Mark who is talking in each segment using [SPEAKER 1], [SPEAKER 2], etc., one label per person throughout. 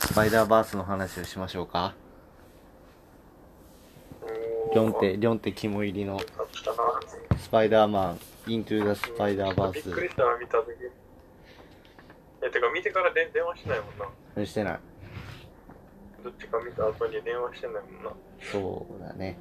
[SPEAKER 1] スパイダーバースの話をしましょうか。りょんて肝入りのスパイダーマンイントゥーザスパイダーバース。
[SPEAKER 2] びっくりしたな、見たとき。てか見てから電話しないもんな。
[SPEAKER 1] してない。
[SPEAKER 2] どっちか見た後に電話してないもんな。
[SPEAKER 1] そうだね。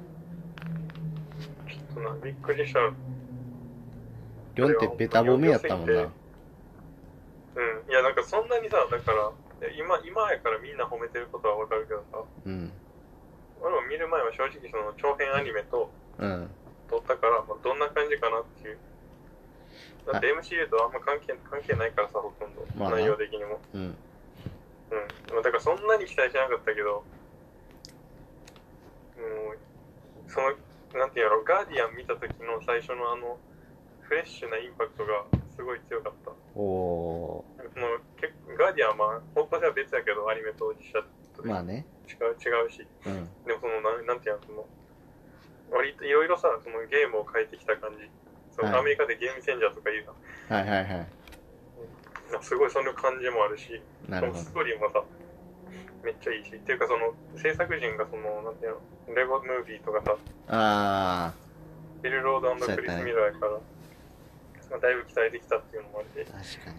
[SPEAKER 2] ちょっとな、びっくりした。
[SPEAKER 1] りょんってベタ褒めやったもんな。
[SPEAKER 2] うん。いや、なんかそんなにさ、だから、今やからみんな褒めてることはわかるけどさ、
[SPEAKER 1] うん。
[SPEAKER 2] 俺も見る前は正直その長編アニメと
[SPEAKER 1] うん。
[SPEAKER 2] 撮ったから、まあ、どんな感じかなっていう。だって MCU とあんま関係ないからさ、ほとんど。
[SPEAKER 1] まあな
[SPEAKER 2] 内容的にも。
[SPEAKER 1] うん。
[SPEAKER 2] うん。まあだからそんなに期待しなかったけど、その、なんていうやろ、ガーディアン見た時の最初のフレッシュなインパクトがすごい強かった。
[SPEAKER 1] お
[SPEAKER 2] ガーディアンは、まあ、方向性は別やけど、アニメと実写と
[SPEAKER 1] まあね。
[SPEAKER 2] 違うし。
[SPEAKER 1] うん。
[SPEAKER 2] でもなんていうの、その、割といろいろさ、そのゲームを変えてきた感じ。その、
[SPEAKER 1] はい
[SPEAKER 2] アメリカでゲームチェンジャーとか言うな。
[SPEAKER 1] はいはいはい。
[SPEAKER 2] すごいその感じもあるし、
[SPEAKER 1] なるほど。
[SPEAKER 2] そのストーリーもさ、めっちゃいいし。っていうかその、制作陣がその、なんていうの、レゴムービーとかさ、
[SPEAKER 1] あ
[SPEAKER 2] ビル・ロード&クリス・ミラーやから、まあ、だいぶ期待できたっていうのもあって、
[SPEAKER 1] 確かに。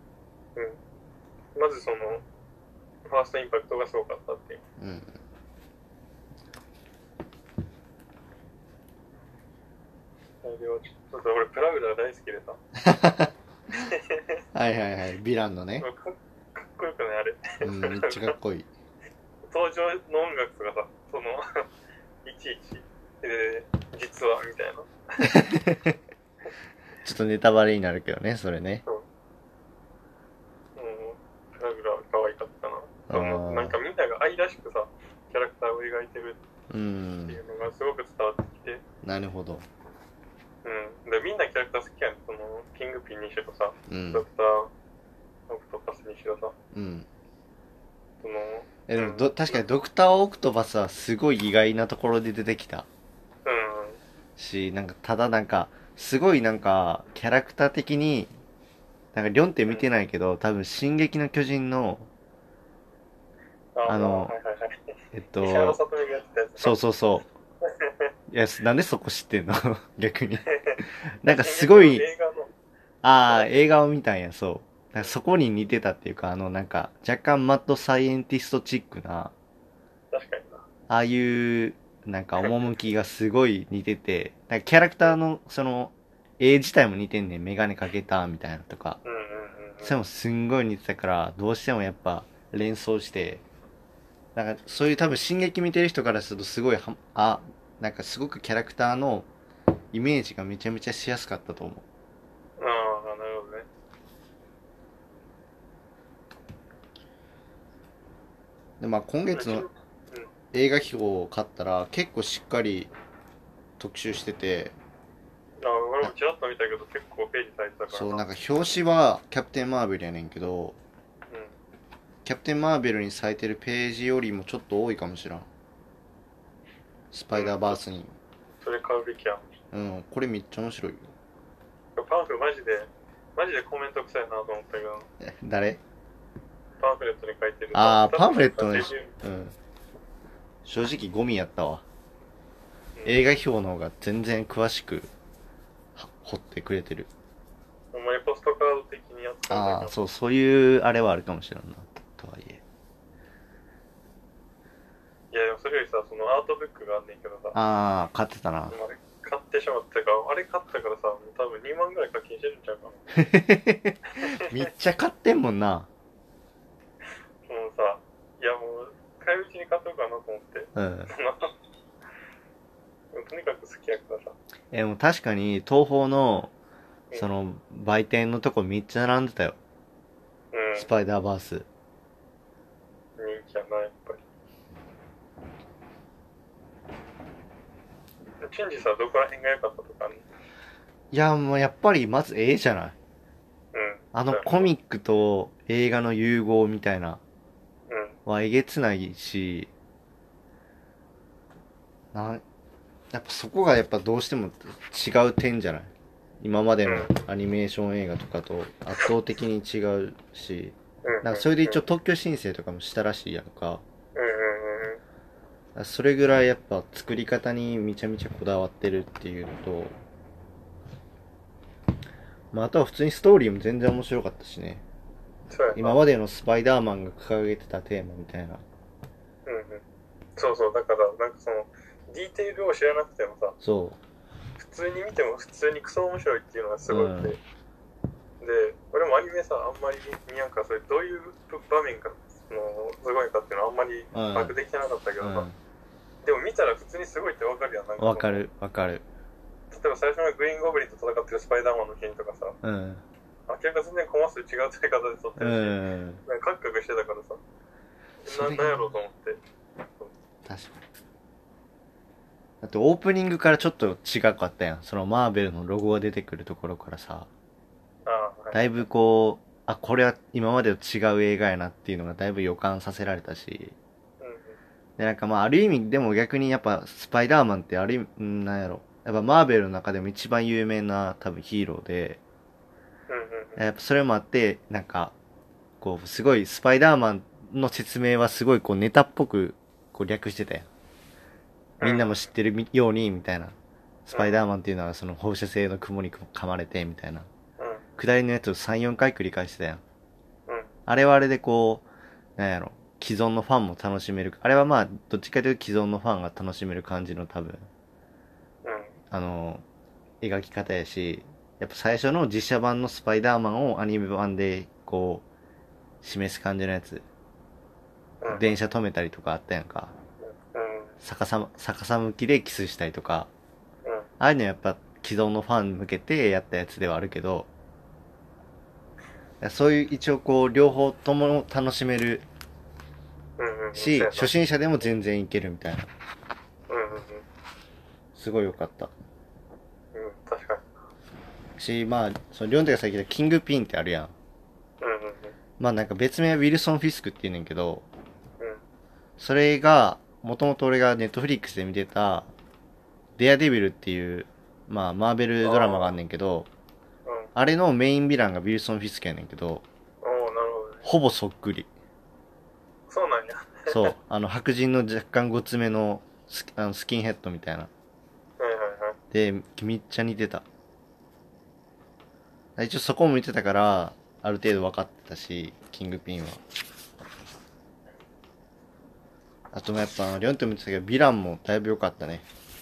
[SPEAKER 2] まずその、ファーストインパクトがすごかったっていう。
[SPEAKER 1] うん。
[SPEAKER 2] ちょっと俺、プラグラー大好きでさ。
[SPEAKER 1] はいはいはい。ヴィランのね。
[SPEAKER 2] かっこよくないあれ。
[SPEAKER 1] うん、めっちゃかっこいい。
[SPEAKER 2] 登場の音楽とかさ、その、いちいち、実は、みたいな。
[SPEAKER 1] ちょっとネタバレになるけどね、それね。
[SPEAKER 2] そう。プラグラー可愛かったな。その、なんかみんなが愛らしくさ、キャラクターを描いてるっていうのがすごく伝わってきて。
[SPEAKER 1] なるほど。
[SPEAKER 2] で、みんなキャラクター好きやん。その、キングピンにしろさ、ドクター、オクトパスにしろさ。その、
[SPEAKER 1] でも確かにドクターオクトパスはすごい意外なところで出てきた。し、なんか、ただなんか、すごいなんか、キャラクター的に、なんか、リョンって見てないけど、多分、進撃の巨人の、そうそうそう。いや、なんでそこ知ってんの逆に。なんかすごい、映画を見たんや、そう。なんかそこに似てたっていうか、なんか、若干マッドサイエンティストチックな、
[SPEAKER 2] 確かにな。
[SPEAKER 1] ああいう、なんか、趣がすごい似てて、なんかキャラクターの、その、絵自体も似てんねん。メガネかけた、みたいなとか。それもすんごい似てたから、どうしてもやっぱ、連想して、なんか、そういう多分、進撃見てる人からするとすごいなんかすごくキャラクターのイメージがめちゃめちゃしやすかったと思う。
[SPEAKER 2] なるほどね。
[SPEAKER 1] で、まあ今月の映画表を買ったら結構しっかり特集してて、
[SPEAKER 2] 俺もちらっと見たけど結構ページされてたからな。
[SPEAKER 1] そう、なんか表紙はキャプテンマーベルやねんけど、キャプテンマーベルに咲いてるページよりもちょっと多いかもしらん。スパイダーバースに。
[SPEAKER 2] それ買うべきやん。
[SPEAKER 1] これめっちゃ面白いよ。
[SPEAKER 2] パンフマジでコメント臭いなと思ったけど。
[SPEAKER 1] 誰？
[SPEAKER 2] パンフレットに書いてる。
[SPEAKER 1] パンフレットの、正直ゴミやったわ。映画表の方が全然詳しく掘ってくれてる。
[SPEAKER 2] お前ポストカード的にやったんだけど。
[SPEAKER 1] そういうあれはあるかもしれんな。とはいえ。
[SPEAKER 2] いやでもそれよりさ、そのアートブックがあんねんけどさ。
[SPEAKER 1] 買ってたな。
[SPEAKER 2] あれ買ってしまったから、あれ買ったからさ、多分2万ぐらい課金してるんちゃうかな。
[SPEAKER 1] めっちゃ買ってんもんな。
[SPEAKER 2] もうさ、いやもう、買いうちに買っとくかなと思って。とにかく好きやからさ。
[SPEAKER 1] でも確かに東宝のその売店のとこめっちゃ並んでたよ。スパイダーバース。
[SPEAKER 2] 人気やな、やっぱり。チンジさ、どこら辺が良かったとかね。
[SPEAKER 1] いや、もうやっぱりまず絵じゃない。コミックと映画の融合みたいな。はえげつないし、やっぱそこがやっぱどうしても違う点じゃない。今までのアニメーション映画とかと圧倒的に違うし、 なんかそれで一応特許申請とかもしたらしいやんか。
[SPEAKER 2] うんうんうん。
[SPEAKER 1] それぐらいやっぱ作り方にめちゃめちゃこだわってるっていうのと、まああとは普通にストーリーも全然面白かったしね。今までのスパイダーマンが掲げてたテーマみたいな。
[SPEAKER 2] うんうん。そうそう、だからなんかその、ディテールを知らなくてもさ、
[SPEAKER 1] そう。
[SPEAKER 2] 普通に見ても普通にクソ面白いっていうのがすごいって。で、俺もアニメさ、あんまり見やんから、それどういう場面がすごいかっていうのはあんまり把握できてなかったけどさ、でも見たら普通にすごいってわかるやん。なんか
[SPEAKER 1] わかる、わかる。
[SPEAKER 2] 例えば最初のグリーンゴブリンと戦ってるスパイダーマンのシーンとかさ、明らか全然コマ数違う撮り方で撮ってるし、なんかカクカクしてたからさ、なんやろうと思って。
[SPEAKER 1] 確かに。だってオープニングからちょっと違かったやん。そのマーベルのロゴが出てくるところからさ、だいぶこう、あ、これは今までと違う映画やなっていうのがだいぶ予感させられたし、で、なんかまあある意味でも逆にやっぱスパイダーマンってある意味、なんやろ。やっぱマーベルの中でも一番有名な多分ヒーローで、やっぱそれもあって、なんか、こう、すごいスパイダーマンの説明はすごいこうネタっぽくこう略してたやん。みんなも知ってるように、みたいな。スパイダーマンっていうのはその放射性の雲に噛まれて、みたいな。下りのやつを3、4回繰り返してたやん。あれはあれでこう、なんやろ、既存のファンも楽しめる。あれはまあ、どっちかというと既存のファンが楽しめる感じの多分、描き方やし、やっぱ最初の実写版のスパイダーマンをアニメ版でこう、示す感じのやつ。電車止めたりとかあったやんか。逆さ向きでキスしたりとか、ああいうのやっぱ既存のファン向けてやったやつではあるけど、そういう一応こう両方とも楽しめるし、初心者でも全然いけるみたいな。すごい良かった。
[SPEAKER 2] 確か
[SPEAKER 1] に。し、まあ、そのリョンテがさっき言ったキングピンってあるやん。まあなんか別名はウィルソン・フィスクって言うねんけど、それが、もともと俺がネットフリックスで見てた、デアデビルっていう、まあ、マーベルドラマがあんねんけど、あれのメインヴィランがウィルソン・フィスクやねんけど、ほぼそっくり。
[SPEAKER 2] そうなんや。
[SPEAKER 1] そう。白人の若干ごつめのスキンヘッドみたいな。で、めっちゃ似てた。一応そこも見てたから、ある程度分かってたし、キングピンは。あともやっぱ、リョンテも言ってたけど、ヴィランもだいぶ良かったね。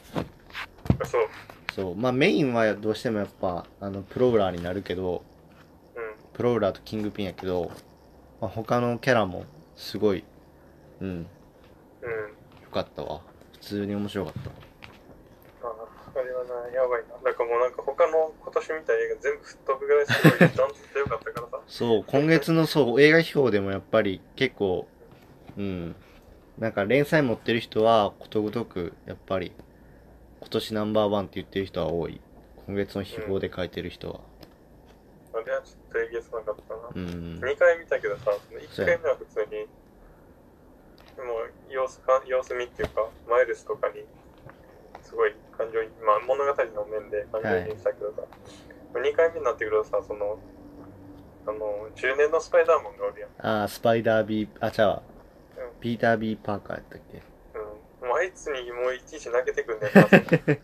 [SPEAKER 1] そう。まあメインはどうしてもやっぱ、プログラーになるけど、プログラーとキングピンやけど、まあ、他のキャラもすごい、良かったわ。普通に面白かった。
[SPEAKER 2] あれはな、やばいな。なんかもうなんか他の今年見た映画全部吹っ飛ぶぐらいすごい断トツでよかったからさ。
[SPEAKER 1] そう、今月のそう、映画批評でもやっぱり結構、なんか連載持ってる人はことごとく、やっぱり、今年ナンバーワンって言ってる人は多い。今月の秘宝で書いてる人は。
[SPEAKER 2] あれはちょっとえげつなかったな。2回見たけどさ、1回目は普通に、もう様子見っていうか、マイルスとかに、すごい感情に、まあ物語の面で感情にしたけどさ、2回目になってくるとさ、中年のスパイダーマンがおるやん。
[SPEAKER 1] ああ、スパイダービー、あ、ちゃうわ。ピーター・ビー・パーカーやったっけ。
[SPEAKER 2] もうあいつにもういちいち投げてくんねんな。もう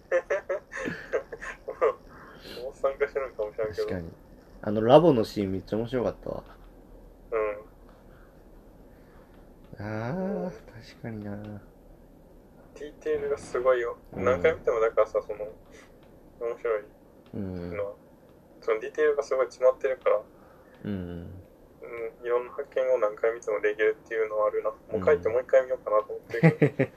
[SPEAKER 2] 参加してるのかもしれんけど。
[SPEAKER 1] 確かに。ラボのシーンめっちゃ面白かったわ。ああ、確かにな。
[SPEAKER 2] ディテールがすごいよ。何回見てもだからさ、面白いのは、そのディテールがすごい詰まってるから、いろんな発見を何回見てもできるっていうのはあるな。もう帰ってもう一回見ようかなと思ってる。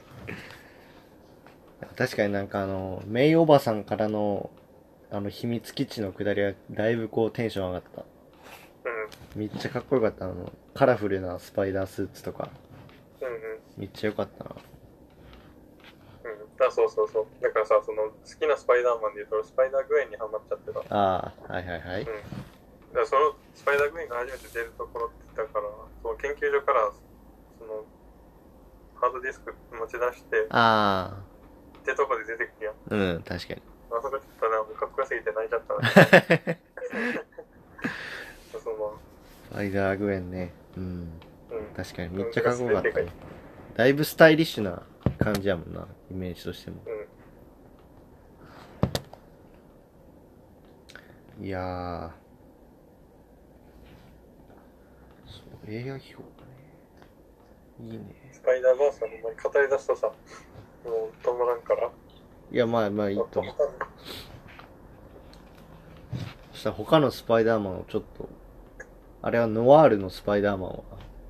[SPEAKER 1] 確かになんかメイおばさんからの秘密基地の下りはだいぶこうテンション上がった。めっちゃかっこよかった。カラフルなスパイダースーツとか。めっちゃよかったな。
[SPEAKER 2] そうそうそう。だからさ、好きなスパイダーマンで言うと、スパイダーグエンにハマっちゃってた。
[SPEAKER 1] ああ、はいはいはい。
[SPEAKER 2] だからそのスパイダーグエンが初めて出るところって言ったから、その研究所から、ハードディスク持ち出して、ってとこで出てくるやん。
[SPEAKER 1] 確かに。
[SPEAKER 2] あそこちょっとな、もうかっこよすぎて泣いちゃったな。
[SPEAKER 1] スパイダーグエンね。 うん。
[SPEAKER 2] うん。
[SPEAKER 1] 確かにめっちゃかっこよかったね。だいぶスタイリッシュな感じやもんな、イメージとしても。いやー、そう、映画評価ね。いいね。
[SPEAKER 2] スパイダーバースはほんまに語り出すとさ、もう止まらんから。
[SPEAKER 1] いや、まあまあいいと思う。そしたら他のスパイダーマンをちょっと、あれはノワールのスパイダーマンは。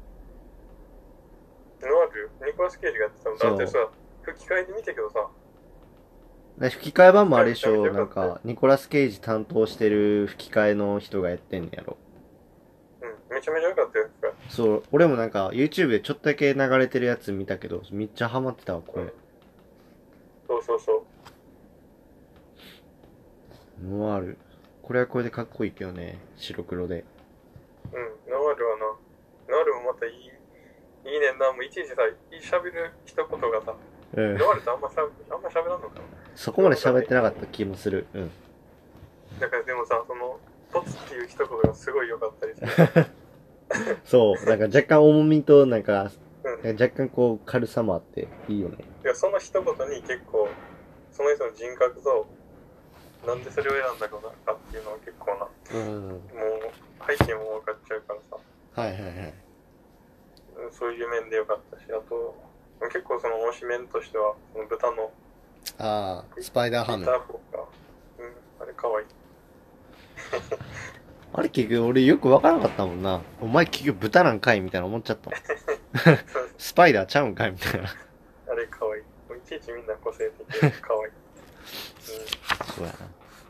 [SPEAKER 2] ノワール、ニコラス・ケイジがやってたの。だってさ、吹き替えで見たけどさ。
[SPEAKER 1] 吹き替え版もあれでしょ、なんか、ニコラス・ケイジ担当してる吹き替えの人がやってんねやろ。
[SPEAKER 2] うん、めちゃめちゃ良かったよ、
[SPEAKER 1] そう、俺もなんか YouTube でちょっとだけ流れてるやつ見たけど、めっちゃハマってたわ、これ。
[SPEAKER 2] そうそうそう。
[SPEAKER 1] ノワール。これはこれでかっこいいけどね、白黒で。
[SPEAKER 2] うん、ノワールはな、ノワールもまたいいねんな、もういちいちさ、喋る一言がさ、ノワールってあんま喋らんのかな。
[SPEAKER 1] そこまで喋ってなかった気もする。うん。
[SPEAKER 2] だからでもさ、その、ポツっていう一言がすごい良かったりする。
[SPEAKER 1] そう、なんか若干重みと、なんか、若干こう軽さもあっていいよね。
[SPEAKER 2] いや、その一言に結構、その人の人格と、なんでそれを選んだかっていうのは結構な、もう背景も分かっちゃうからさ。
[SPEAKER 1] はいはいはい。
[SPEAKER 2] そういう面で良かったし、あと、結構その推し面としては、その豚の、
[SPEAKER 1] スパイダーハム。
[SPEAKER 2] ピーターポーが、あれ可愛い。
[SPEAKER 1] あれ結局俺よくわからなかったもんな。お前結局豚なんかいみたいな思っちゃったもん。スパイダーちゃうんかいみたいな。
[SPEAKER 2] あれ可愛い。いちいちみんな個性的で可愛い。
[SPEAKER 1] そうやな。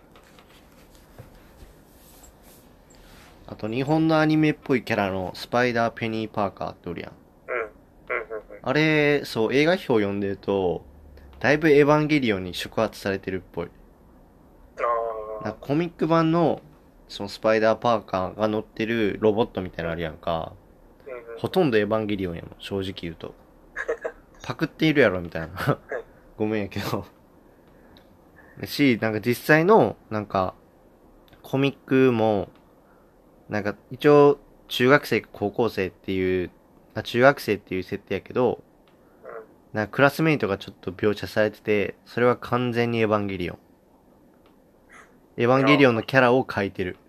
[SPEAKER 1] あと日本のアニメっぽいキャラのスパイダーペニーパーカーっておるやん。あれ、そう、映画表読んでると、だいぶエヴァンゲリオンに触発されてるっぽい。なんかコミック版のそのスパイダーパーカーが乗ってるロボットみたいなのあるやんか。ほとんどエヴァンゲリオンやもん、正直言うと。パクっているやろ、みたいな。ごめんやけど。なんか実際の、なんか、コミックも、なんか一応、中学生か高校生っていう、中学生っていう設定やけど、なんかクラスメイトがちょっと描写されてて、それは完全にエヴァンゲリオン。エヴァンゲリオンのキャラを描いてる。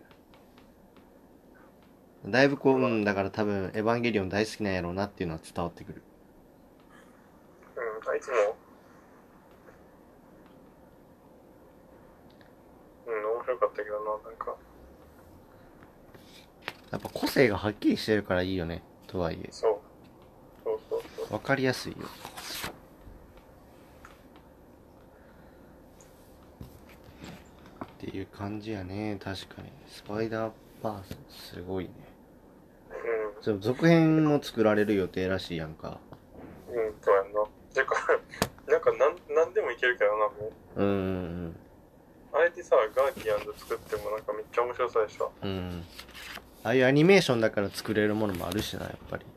[SPEAKER 1] だいぶこう、だから多分、エヴァンゲリオン大好きなんやろうなっていうのは伝わってくる。
[SPEAKER 2] あいつも、面白かったけどな、なんか。
[SPEAKER 1] やっぱ個性がはっきりしてるからいいよね、とはいえ。
[SPEAKER 2] そう。
[SPEAKER 1] わかりやすいよ。っていう感じやね、確かに。スパイダーバース、すごいね。続編も作られる予定らしいやんか。
[SPEAKER 2] そうやんな。てか、なんかなんでもいけるけどな、も
[SPEAKER 1] う。
[SPEAKER 2] あれでさ、ガーディアンズ作ってもなんかめっちゃ面白そうでした。
[SPEAKER 1] ああいうアニメーションだから作れるものもあるしな、やっぱり。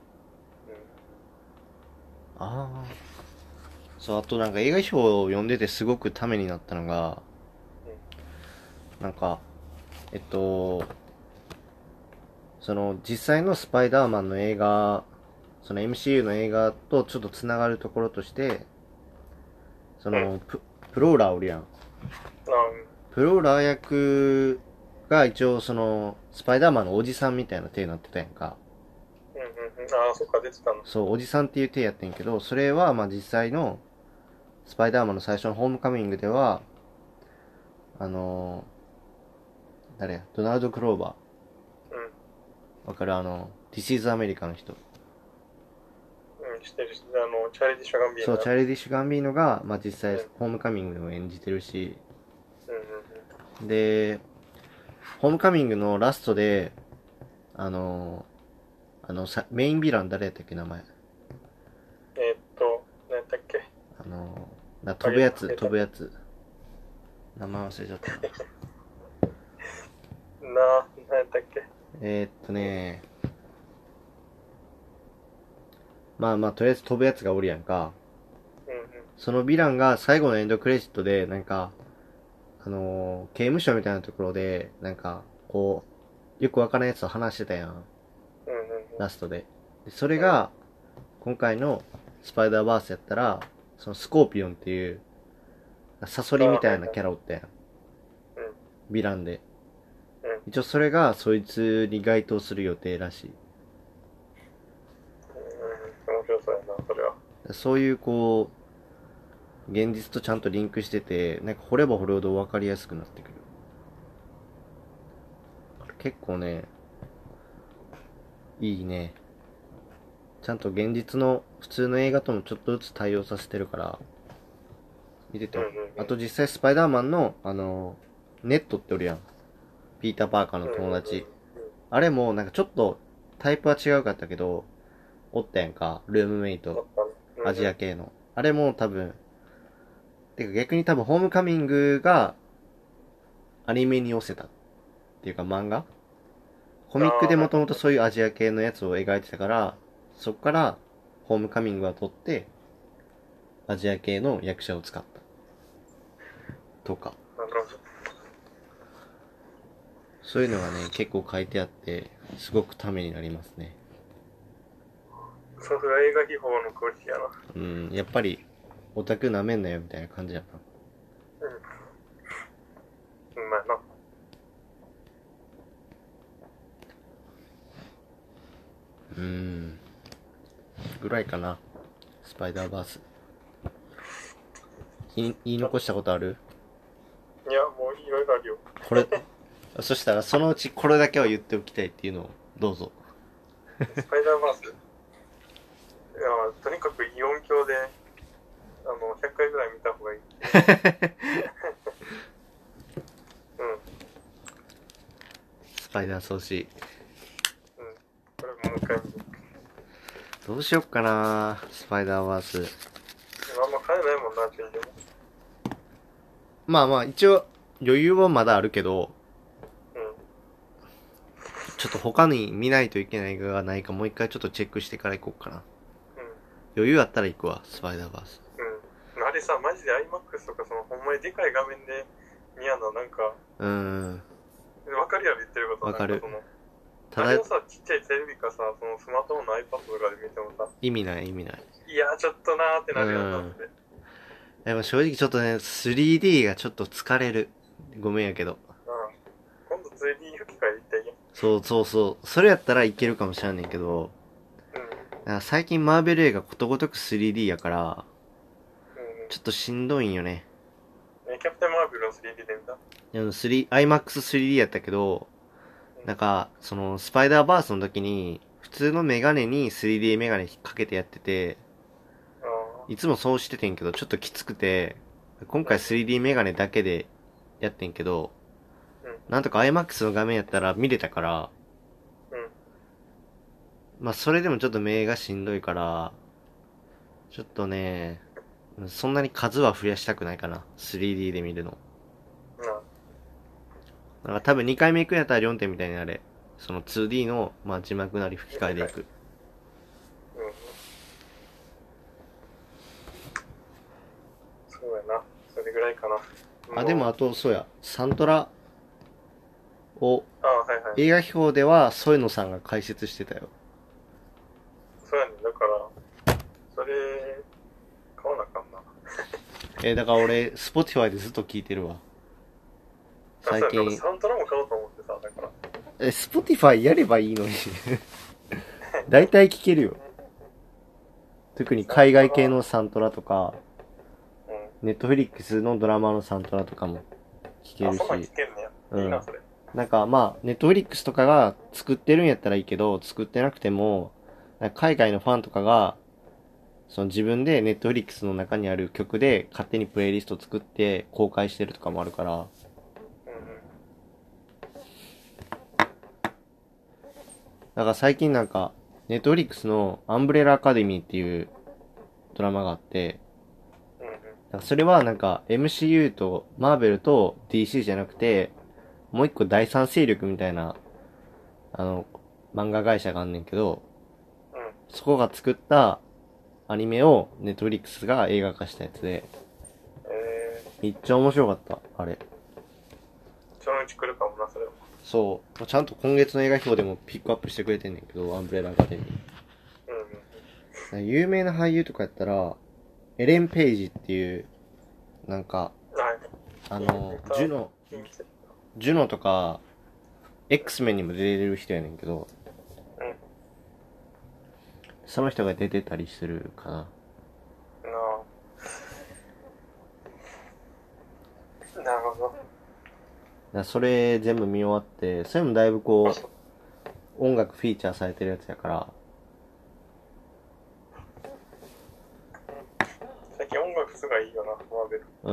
[SPEAKER 1] そう、あとなんか映画表を読んでてすごくためになったのが、なんか、その実際のスパイダーマンの映画、その MCU の映画とちょっとつながるところとして、その、プローラーおるやん。プローラー役が一応その、スパイダーマンのおじさんみたいな手になってたやんか。
[SPEAKER 2] そっか、出てたの。
[SPEAKER 1] そう、おじさんっていう手やってんけど、それはまあ実際の、スパイダーマンの最初のホームカミングでは、誰や、ドナルド・クローバー。わかるThis is America の人。
[SPEAKER 2] 知ってるし、チャーリー・ディッシュ・ガンビーノ。
[SPEAKER 1] そう、チャーリー・ディッシュ・ガンビーノが、まあ実際、ホームカミングでも演じてるし、で、ホームカミングのラストで、メインヴィラン誰やったっけ、名前。
[SPEAKER 2] 何やったっけ。
[SPEAKER 1] 飛ぶやつ。名前忘れちゃったな。
[SPEAKER 2] 何やったっけ。
[SPEAKER 1] まあまあ、とりあえず飛ぶやつがおるやんか。そのヴィランが最後のエンドクレジットで、なんか、刑務所みたいなところで、なんか、こう、よくわからんやつと話してたやん。 ラストで。それが、今回のスパイダーバースやったら、そのスコーピオンっていう、サソリみたいなキャラおったやん。ヴィランで。一応それがそいつに該当する予定らしい。
[SPEAKER 2] 面白そうやな、それは。
[SPEAKER 1] そういうこう、現実とちゃんとリンクしてて、なんか掘れば掘るほど分かりやすくなってくる。結構ね、いいね。ちゃんと現実の普通の映画ともちょっとずつ対応させてるから、見てて。あと実際スパイダーマンの、ネットっておるやん。ピーター・パーカーの友達。あれもなんかちょっとタイプは違うかったけど、おったやんか、ルームメイト。アジア系の。あれも多分、てか逆に多分ホームカミングがアニメに寄せたっていうか漫画コミックでもともとそういうアジア系のやつを描いてたから、そっからホームカミングは取ってアジア系の役者を使ったとか、そういうのがね結構書いてあってすごくためになりますね。
[SPEAKER 2] さすが映画秘宝のクオリティやな。
[SPEAKER 1] うん、やっぱりオタクなめんなよみたいな感じやな。
[SPEAKER 2] うまいな。
[SPEAKER 1] ぐらいかな、スパイダーバース。言い残したことある？
[SPEAKER 2] いや、もういろいろあるよ。
[SPEAKER 1] これそしたらそのうちこれだけは言っておきたいっていうのをどうぞ。
[SPEAKER 2] スパイダーバース、いや、とにかくイオン鏡で100回ぐらい見た方がいい。
[SPEAKER 1] スパイダー創始。
[SPEAKER 2] これもう一回見る。
[SPEAKER 1] どうしよっかな、スパイダーバース。
[SPEAKER 2] あんま買えないもんな、チェンジも。
[SPEAKER 1] まあまあ一応余裕はまだあるけど、ちょっと他に見ないといけない映画がないかもう一回ちょっとチェックしてから行こうかな。余裕あったら行くわ、スパイダーバース。
[SPEAKER 2] あれさ、マジで IMAX とかほんまにでかい画面で見やんのなんか、わかるやろ言ってること。
[SPEAKER 1] わかる。
[SPEAKER 2] ただあれをさ、ちっちゃいテレビかさ、そのスマートフォンの iPad とかで見てもさ、
[SPEAKER 1] 意味ない。
[SPEAKER 2] いやちょっとなーってなるやんなって。
[SPEAKER 1] でも正直ちょっとね 3D がちょっと疲れる。ごめんやけど。
[SPEAKER 2] 今度 3D 吹き替え行っていいやん。
[SPEAKER 1] そうそれやったらいけるかもしれんねんけど、最近マーベル映画ことごとく 3D やから、ちょっとしんどいんよね。
[SPEAKER 2] キャプテンマーベルの 3D で見た？
[SPEAKER 1] IMAX3D やったけど、なんかそのスパイダーバースの時に普通のメガネに 3D メガネかけてやってて、いつもそうしててんけどちょっときつくて、今回 3D メガネだけでやってんけど、なんとか IMAX の画面やったら見れたから、まあそれでもちょっと目がしんどいから、ちょっとね、そんなに数は増やしたくないかな、 3D で見るの。だから多分2回目行くんやったら4点みたいになれ、その 2D の、まあ、字幕なり吹き替えでいく。
[SPEAKER 2] そうやな、それぐらいかな。
[SPEAKER 1] でもあとそうや、サントラを、映画秘宝では添野さんが解説してたよ。
[SPEAKER 2] そうやね、だからそれ買わなあかんな。
[SPEAKER 1] だから俺 Spotify でずっと聞いてるわ最近。
[SPEAKER 2] サントラも買おうと思ってさ、だから。
[SPEAKER 1] Spotify やればいいのに大体聞けるよ。特に海外系のサントラとか、Netflix のドラマのサントラとかも聞けるし。
[SPEAKER 2] そんなん聞けんねや。いいな、それ。
[SPEAKER 1] なんかまあ、Netflix とかが作ってるんやったらいいけど、作ってなくても、海外のファンとかが、その自分で Netflix の中にある曲で勝手にプレイリスト作って公開してるとかもあるから、だから最近なんか、ネットフリックスのアンブレラアカデミーっていうドラマがあって、それはなんか MCU とマーベルと DC じゃなくて、もう一個第三勢力みたいな、漫画会社があんねんけど、そこが作ったアニメをネットフリックスが映画化したやつで、めっちゃ面白かった、あれ。
[SPEAKER 2] そのうち来るかもな、それは。
[SPEAKER 1] そう。ちゃんと今月の映画表でもピックアップしてくれてんねんけど、アンブレラアカデミー。有名な俳優とかやったら、エレン・ペイジっていう、なんか、ジュノとか、X メンにも出れる人やねんけど、その人が出てたりするかな。
[SPEAKER 2] なるほど。
[SPEAKER 1] それ全部見終わって、それもだいぶこう、音楽フィーチャーされてるやつやから。
[SPEAKER 2] 最近音楽すごいいいよな、マーベル。
[SPEAKER 1] うん。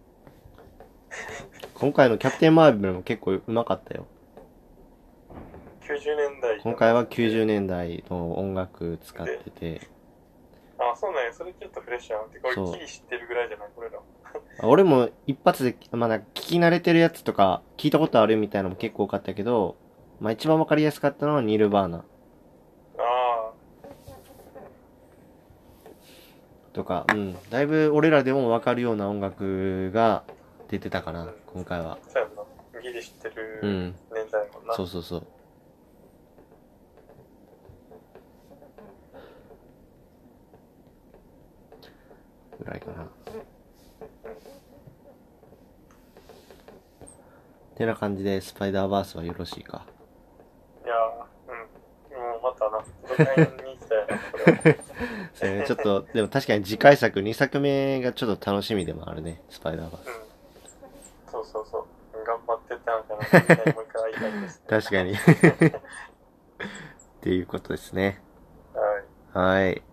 [SPEAKER 1] 今回のキャプテンマーベルも結構うまかったよ。
[SPEAKER 2] 90年代。
[SPEAKER 1] 今回は90年代の音楽使ってて。
[SPEAKER 2] あ、そうなんや。それちょっとフレッシュやん。てか俺キー知ってるぐらいじゃないこれら。
[SPEAKER 1] 俺も一発で、まだ聞き慣れてるやつとか、聞いたことあるみたいなのも結構多かったけど、まあ一番わかりやすかったのはニルバーナ。
[SPEAKER 2] ああ。
[SPEAKER 1] とか、うん。だいぶ俺らでもわかるような音楽が出てたかな、今回は。
[SPEAKER 2] そうやんな。ギリ知ってる年代もんな。
[SPEAKER 1] そうそうそう。ぐらいかな。てな感じでスパイダーバースはよろしいか。
[SPEAKER 2] いやー、もうまたな、どっかに行きたいな、これは。
[SPEAKER 1] それね、ちょっと、でも確かに次回作2作目がちょっと楽しみでもあるね、スパイダーバース。
[SPEAKER 2] そうそうそう。頑張ってってなんかな、もう一回会いたいです、ね。
[SPEAKER 1] 確かに。っていうことですね。
[SPEAKER 2] はい。
[SPEAKER 1] はい。